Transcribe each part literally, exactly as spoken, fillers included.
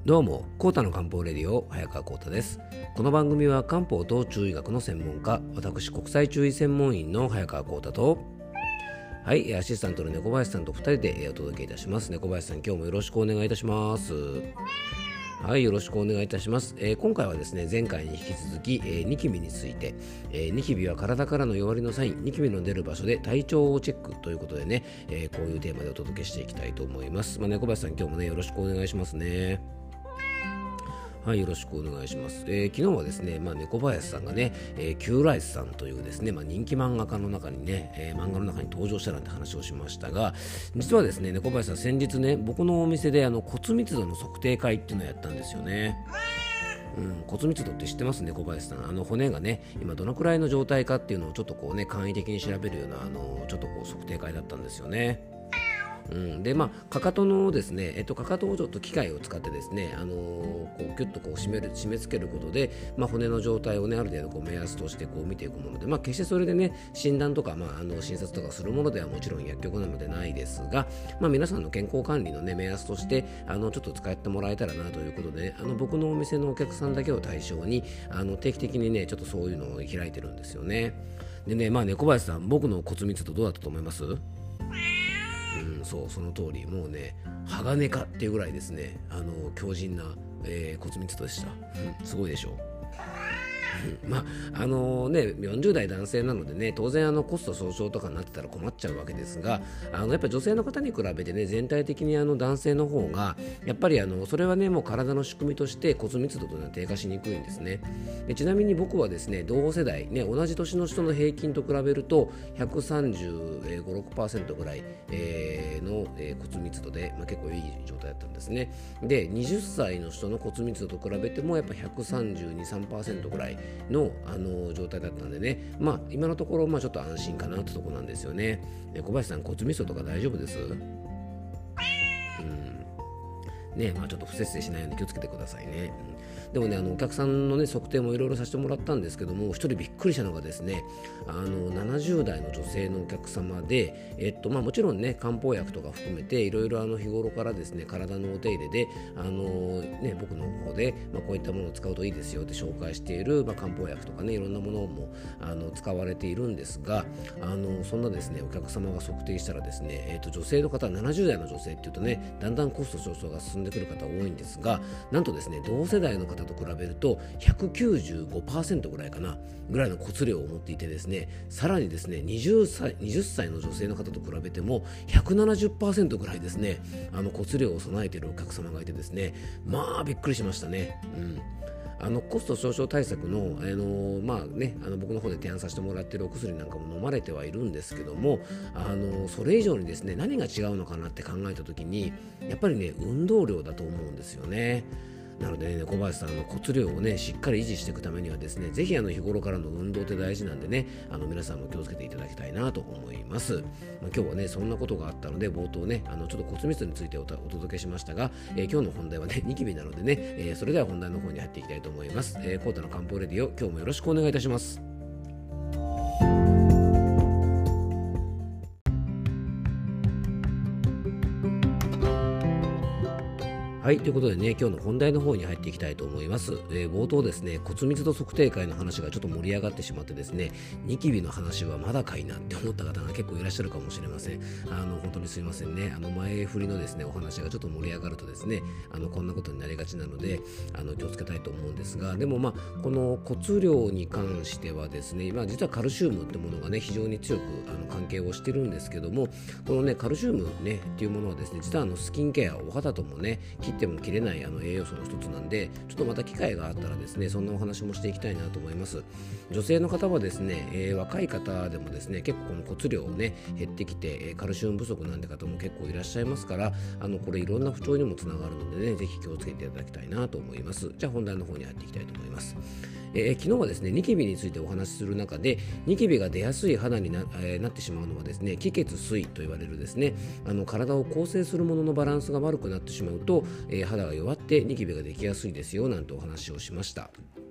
どうも、コータの漢方レディオ早川コータです。この番組は漢方と中医学の専門家、私国際中医専門員の早川コータと、はい、アシスタントの猫林さんとふたりでお届けいたします。猫林さん、今日もよろしくお願いいたします。はい、よろしくお願いいたします。えー、今回はですね、前回に引き続き、えー、ニキビについて、えー、ニキビは体からの弱りのサイン、ニキビの出る場所で体調をチェックということでね、えー、こういうテーマでお届けしていきたいと思います。まあ、猫林さん、今日もね、よろしくお願いしますね。はい、よろしくお願いします。えー、昨日はですね、まあ、猫林さんがね、えー、キューライスさんというですね、まあ、人気漫画家の中にね、えー、漫画の中に登場したなんて話をしましたが、実はですね、猫林さん先日ね、僕のお店であの骨密度の測定会っていうのをやったんですよね。うん、骨密度って知ってますね、小林さん。あの骨がね、今どのくらいの状態かっていうのをちょっとこうね、簡易的に調べるようなあのちょっとこう測定会だったんですよね。うん、でまあかかとのですね、えっと、かかとをちょっと機械を使ってですね、あのー、こうキュッとこう締める締め付けることで、まあ、骨の状態をねある程度こう目安としてこう見ていくもので、まあ、決してそれでね診断とか、まあ、あの診察とかするものではもちろん薬局なのでないですが、まあ、皆さんの健康管理の、ね、目安としてあのちょっと使ってもらえたらなということで、ね、あの僕のお店のお客さんだけを対象にあの定期的にねちょっとそういうのを開いてるんですよね。でね、まあね、小林さん、僕の骨密度どうだったと思います？うん、そうその通り、もうね鋼かっていうぐらいですね、あの強靭な、えー、骨密度でした。うん、すごいでしょう。まああのね、よんじゅう代男性なのでね、当然あのコスト総称とかになってたら困っちゃうわけですが、あのやっぱ女性の方に比べてね全体的にあの男性の方がやっぱりあのそれはねもう体の仕組みとして骨密度というのは低下しにくいんですね。でちなみに僕はですね同世代ね同じ年の人の平均と比べるとひゃくさんじゅうご、ろくパーセント ぐらい、えー、の、えー、骨密度で、まあ、結構いい状態だったんですね。ではたちの人の骨密度と比べてもやっぱひゃくさんじゅうに、さんパーセント ぐらいの、あの状態だったんでね、まあ今のところまあちょっと安心かなってところなんですよね。で小林さん、骨密度とか大丈夫です？うんね、まあちょっと不節制しないように気をつけてくださいね。うん、でもね、あのお客さんのね測定もいろいろさせてもらったんですけども、一人びっくりしたのがですね、あのななじゅう代の女性のお客様で、えっとまあもちろんね漢方薬とか含めていろいろあの日頃からですね体のお手入れであのね僕の方で、まあ、こういったものを使うといいですよって紹介している、まあ、漢方薬とかねいろんなものもあの使われているんですが、あのそんなですねお客様が測定したらですね、えっと女性の方、ななじゅう代の女性っていうとねだんだんコスト上昇が進んでくる方多いんですが、なんとですね同世代の方と比べると ひゃくきゅうじゅうごパーセント ぐらいかなぐらいの骨量を持っていてですね、さらにですねにじゅっさい、はたちの女性の方と比べても ひゃくななじゅっパーセント ぐらいですねあの骨量を備えているお客様がいてですね、まあびっくりしましたね。うんあのコスト上昇対策の、あのーまあね、あの僕の方で提案させてもらっているお薬なんかも飲まれてはいるんですけども、あのーそれ以上にですね何が違うのかなって考えた時にやっぱりね運動量だと思うんですよね。なのでね、小林さんの骨量をねしっかり維持していくためにはですね、ぜひあの日頃からの運動って大事なんでね、あの皆さんも気をつけていただきたいなと思います。まあ、今日はねそんなことがあったので冒頭ねあのちょっと骨密度についておたお届けしましたが、えー、今日の本題はねニキビなのでね、えー、それでは本題の方に入っていきたいと思います。えー、コータの漢方レディオ、今日もよろしくお願いいたします。はい、ということでね、今日の本題の方に入っていきたいと思います。えー、冒頭ですね、骨密度測定会の話がちょっと盛り上がってしまってですね、ニキビの話はまだかいなって思った方が結構いらっしゃるかもしれません。あの本当にすいませんね。あの前振りのですね、お話がちょっと盛り上がるとですね、あのこんなことになりがちなので、あの気をつけたいと思うんですが、でもまあこの骨量に関してはですね、まあ実はカルシウムってものがね非常に強くあの関係をしてるんですけども、このねカルシウムねっていうものはですね、実はあのスキンケア、お肌ともね切っても切れないあの栄養素の一つなんで、ちょっとまた機会があったらですねそんなお話もしていきたいなと思います。女性の方はですね、えー、若い方でもですね結構この骨量ね減ってきて、えー、カルシウム不足なんて方も結構いらっしゃいますから、あのこれいろんな不調にもつながるのでね、ぜひ気をつけていただきたいなと思います。じゃあ本題の方に入っていきたいと思います。えー、昨日はですねニキビについてお話しする中で、ニキビが出やすい肌に な,、えー、なってしまうのはですね気血水と言われるですねあの体を構成するもののバランスが悪くなってしまうと、えー、肌が弱ってニキビができやすいですよなんてお話をしました。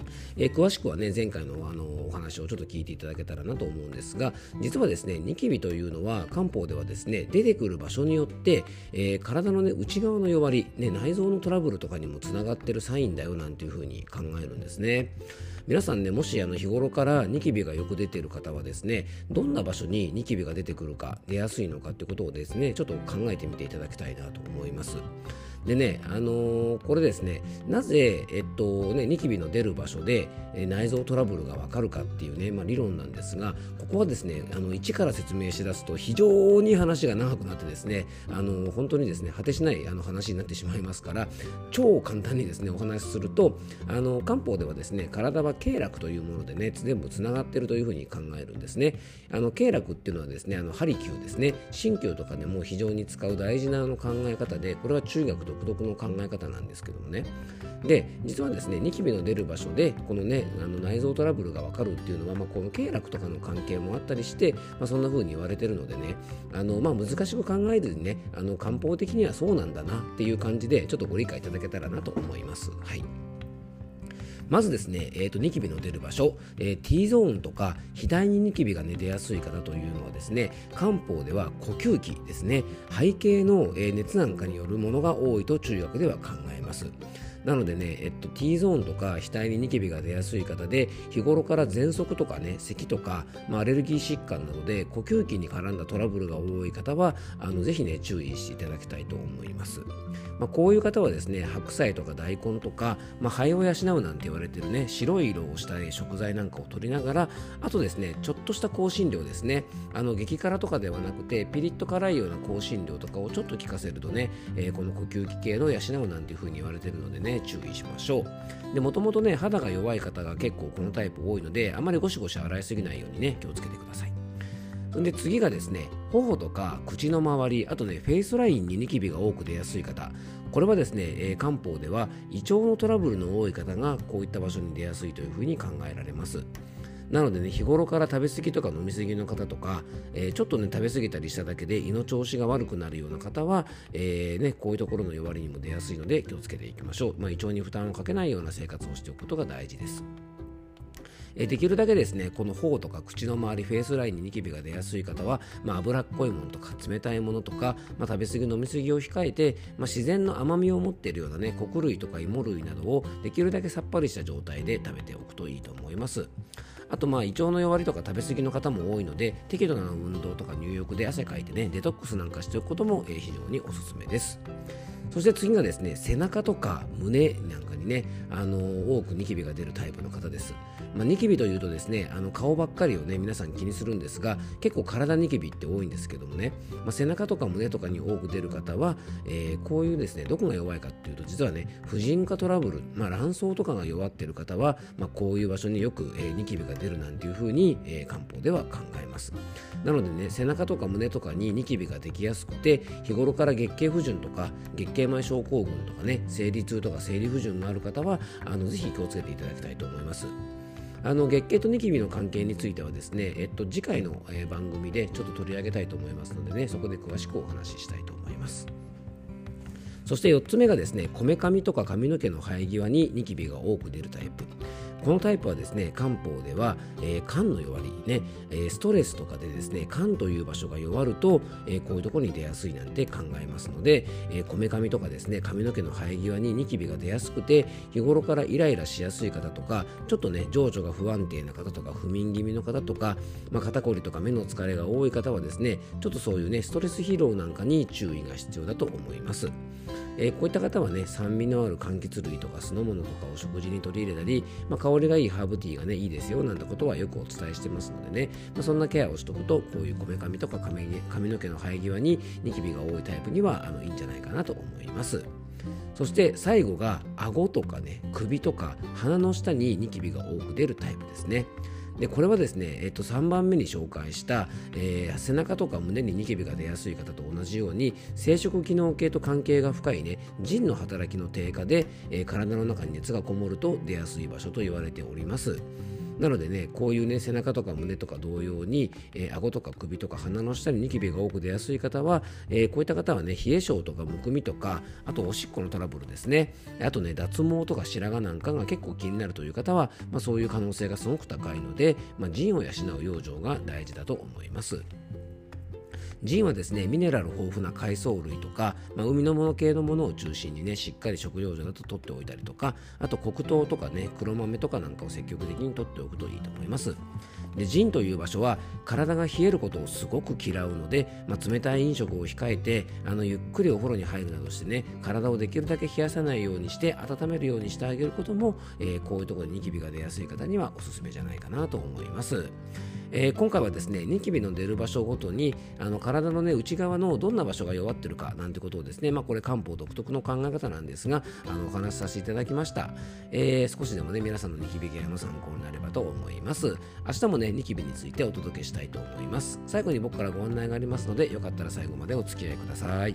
えー、詳しくはね前回の、あのお話をちょっと聞いていただけたらなと思うんですが、実はですねニキビというのは漢方ではですね出てくる場所によって、えー、体の、ね、内側の弱り、ね、内臓のトラブルとかにもつながってるサインだよなんていうふうに考えるんですね。皆さんね、もしあの日頃からニキビがよく出ている方はですね、どんな場所にニキビが出てくるか、出やすいのかってことをですねちょっと考えてみていただきたいなと思います。でね、あのー、これですね、なぜ、えっとね、ニキビの出る場所で、えー、内臓トラブルがわかるかっていうね、まあ、理論なんですが、ここはですね、あの一から説明しだすと非常に話が長くなってですね、あのー、本当にですね、果てしないあの話になってしまいますから、超簡単にですね、お話しすると、あの漢方ではですね、体は経絡というものでね、全部つながっているというふうに考えるんですね。あの経絡っていうのはですね、あのハリキューですね、鍼灸とかでも非常に使う大事なあの考え方で、これは中医学独特の考え方なんですけどもね。で、実はですね、ニキビの出る場所でこのね、あの内臓トラブルが分かるっていうのは、まあ、この経絡とかの関係もあったりして、まあ、そんな風に言われてるのでね、あの、まあ、難しく考えずにね、あの漢方的にはそうなんだなっていう感じでちょっとご理解いただけたらなと思います。はい。まずですね、えーと、ニキビの出る場所、えー、T ゾーンとか額にニキビが、ね、出やすい方というのはですね、漢方では呼吸器ですね、肺系の、えー、熱なんかによるものが多いと中医学では考えます。なのでね、えっと、T ゾーンとか額にニキビが出やすい方で、日頃から喘息とかね、咳とか、まあ、アレルギー疾患などで呼吸器に絡んだトラブルが多い方は、あのぜひね注意していただきたいと思います。まあ、こういう方はですね、白菜とか大根とか、まあ、肺を養うなんて言われてるね、白い色をした、ね、食材なんかを取りながら、あとですね、ちょっとした香辛料ですね、あの激辛とかではなくてピリッと辛いような香辛料とかをちょっと効かせるとね、えー、この呼吸器系の養うなんていう風に言われてるのでね、注意しましょう。で、もともとね、肌が弱い方が結構このタイプ多いので、あまりゴシゴシ洗いすぎないようにね、気をつけてください。で、次がですね、頬とか口の周り、あとねフェイスラインにニキビが多く出やすい方、これはですね、えー、漢方では胃腸のトラブルの多い方がこういった場所に出やすいというふうに考えられます。なのでね、日頃から食べ過ぎとか飲み過ぎの方とか、えー、ちょっとね食べ過ぎたりしただけで胃の調子が悪くなるような方は、えーね、こういうところの弱りにも出やすいので気をつけていきましょう。まあ、胃腸に負担をかけないような生活をしておくことが大事です。できるだけですね、この頬とか口の周り、フェイスラインにニキビが出やすい方は、まあ、脂っこいものとか冷たいものとか、まあ、食べ過ぎ飲み過ぎを控えて、まあ、自然の甘みを持っているようなね、穀類とか芋類などをできるだけさっぱりした状態で食べておくといいと思います。あと、まあ胃腸の弱りとか食べ過ぎの方も多いので、適度な運動とか入浴で汗かいてね、デトックスなんかしておくことも、えー、非常におすすめです。そして次がですね、背中とか胸なんかにね、あのー、多くニキビが出るタイプの方です。まあ、ニキビというとですね、あの顔ばっかりをね皆さん気にするんですが、結構体ニキビって多いんですけどもね、まあ、背中とか胸とかに多く出る方は、えー、こういうですね、どこが弱いかっていうと、実はね、婦人科トラブル、まあ、卵巣とかが弱っている方は、まあ、こういう場所によく、えー、ニキビが出るなんていう風に、えー、漢方では考えます。なのでね、背中とか胸とかにニキビができやすくて、日頃から月経不順とか月経前症候群とかね、生理痛とか生理不順がある方は、あのぜひ気をつけていただきたいと思います。あの月経とニキビの関係についてはですね、えっと、次回の、えー、番組でちょっと取り上げたいと思いますのでね、そこで詳しくお話ししたいと思います。そしてよっつめがですね、こめかみとか髪の毛の生え際にニキビが多く出るタイプ。このタイプはですね、漢方では、えー、肝の弱りね、えー、ストレスとかでですね、肝という場所が弱ると、えー、こういうところに出やすいなんて考えますので、えー、こめかみとかですね、髪の毛の生え際にニキビが出やすくて、日頃からイライラしやすい方とか、ちょっとね情緒が不安定な方とか、不眠気味の方とか、まあ、肩こりとか目の疲れが多い方はですね、ちょっとそういうねストレス疲労なんかに注意が必要だと思います。えー、こういった方はね、酸味のある柑橘類とか酢の物とかを食事に取り入れたり、まあ、香りがいいハーブティーがねいいですよなんてことはよくお伝えしてますのでね、まあ、そんなケアをしておくと、こういうこめかみとか 髪, 髪の毛の生え際にニキビが多いタイプにはあのいいんじゃないかなと思います。そして最後が顎とかね、首とか鼻の下にニキビが多く出るタイプですね。でこれはですね、えっと、さんばんめに紹介した、えー、背中とか胸にニキビが出やすい方と同じように、生殖機能系と関係が深いね、腎の働きの低下で、えー、体の中に熱がこもると出やすい場所と言われております。 なのでね、こういうね背中とか胸とか同様に、えー、顎とか首とか鼻の下にニキビが多く出やすい方は、えー、こういった方はね冷え性とかむくみとか、あとおしっこのトラブルですね、あとね脱毛とか白髪なんかが結構気になるという方は、まあ、そういう可能性がすごく高いので、まあ、腎を養う養生が大事だと思います。腎はですねミネラル豊富な海藻類とか、まあ、海のもの系のものを中心にねしっかり食用魚だと取っておいたりとか、あと黒糖とかね黒豆とかなんかを積極的に取っておくといいと思います。で腎という場所は体が冷えることをすごく嫌うので、まあ、冷たい飲食を控えてあのゆっくりお風呂に入るなどしてね体をできるだけ冷やさないようにして温めるようにしてあげることも、えー、こういうところにニキビが出やすい方にはおすすめじゃないかなと思います。えー、今回はですねニキビの出る場所ごとにあの体の、ね、内側のどんな場所が弱ってるかなんてことをですね、まあ、これ漢方独特の考え方なんですがあのお話しさせていただきました。えー、少しでもね皆さんのニキビケアの参考になればと思います。明日もねニキビについてお届けしたいと思います。最後に僕からご案内がありますのでよかったら最後までお付き合いください。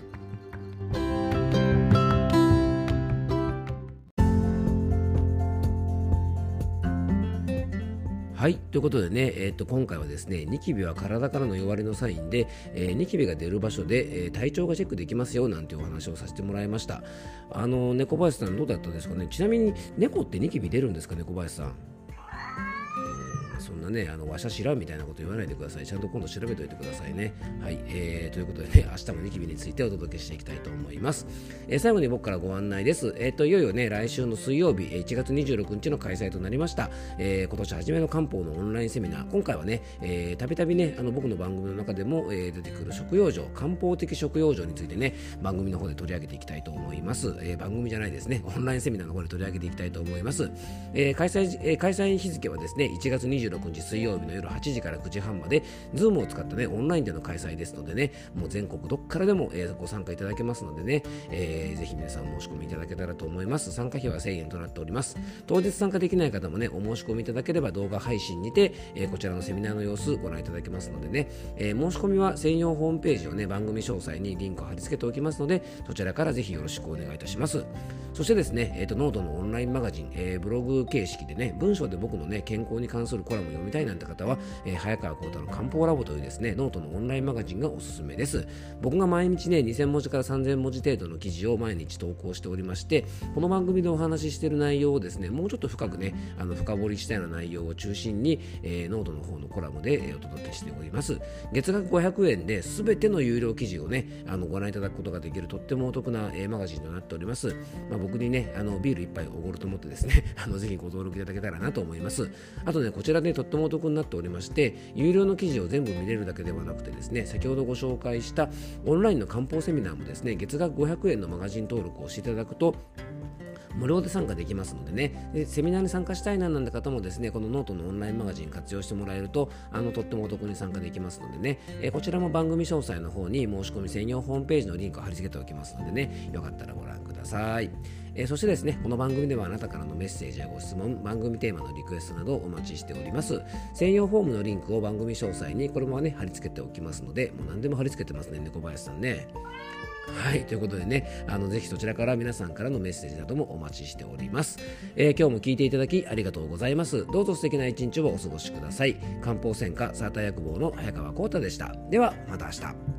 はい、ということでね、えー、と今回はですねニキビは体からの弱りのサインで、えー、ニキビが出る場所で、えー、体調がチェックできますよなんていうお話をさせてもらいました。あの猫林さんどうだったですかね。ちなみに猫ってニキビ出るんですか、猫林さん。そんなねあのわしゃ知らんみたいなこと言わないでください。ちゃんと今度調べておいてくださいね。はい、えー、ということでね明日もニキビについてお届けしていきたいと思います。えー、最後に僕からご案内です。えー、といよいよね来週の水曜日いちがつにじゅうろくにちの開催となりました、えー、今年初めの漢方のオンラインセミナー。今回はねたびたびねあの僕の番組の中でも、えー、出てくる食用生漢方的食用生についてね番組の方で取り上げていきたいと思います。えー、番組じゃないですねオンラインセミナーの方で取り上げていきたいと思います。えー、開催、えー、開催日付はですねいちがつにじゅうろくにち水曜日の夜はちじからくじはんまで Zoom を使ったねオンラインでの開催ですのでねもう全国どっからでも、えー、ご参加いただけますのでね、えー、ぜひ皆さんお申し込みいただけたらと思います。参加費はせんえんとなっております。当日参加できない方もねお申し込みいただければ動画配信にて、えー、こちらのセミナーの様子ご覧いただけますのでね、えー、申し込みは専用ホームページをね番組詳細にリンクを貼り付けておきますのでそちらからぜひよろしくお願いいたします。そしてですね、えーと、ノートのオンラインマガジン、えー、ブログ形式でね文章で僕のね健康に関するコラムを読みたいなんて方は、えー、早川幸太の漢方ラボというですねノートのオンラインマガジンがおすすめです。僕が毎日ねにせんもじからさんぜんもじ程度の記事を毎日投稿しておりまして、この番組でお話ししている内容をですねもうちょっと深くねあの深掘りしたような内容を中心に、えー、ノートの方のコラムで、えー、お届けしております。月額ごひゃくえんで全ての有料記事をねあのご覧いただくことができるとってもお得な、えー、マガジンとなっております。まあ、僕にねあのビール一杯おごると思ってですねあのぜひご登録いただけたらなと思います。あとねこちらでとってもお得になっておりまして、有料の記事を全部見れるだけではなくてですね先ほどご紹介したオンラインの漢方セミナーもですね月額ごひゃくえんのマガジン登録をしていただくと無料で参加できますのでね、でセミナーに参加したいななんて方もですねこのノートのオンラインマガジン活用してもらえるとあのとってもお得に参加できますのでね、えー、こちらも番組詳細の方に申し込み専用ホームページのリンクを貼り付けておきますのでねよかったらご覧ください。えー、そしてですねこの番組ではあなたからのメッセージやご質問番組テーマのリクエストなどをお待ちしております。専用フォームのリンクを番組詳細にこれもね貼り付けておきますのでもう何でも貼り付けてますね猫林さんね。はい、ということでねあのぜひそちらから皆さんからのメッセージなどもお待ちしております。えー、今日も聞いていただきありがとうございます。どうぞ素敵な一日をお過ごしください。漢方専科サーター薬房の早川幸太でした。ではまた明日。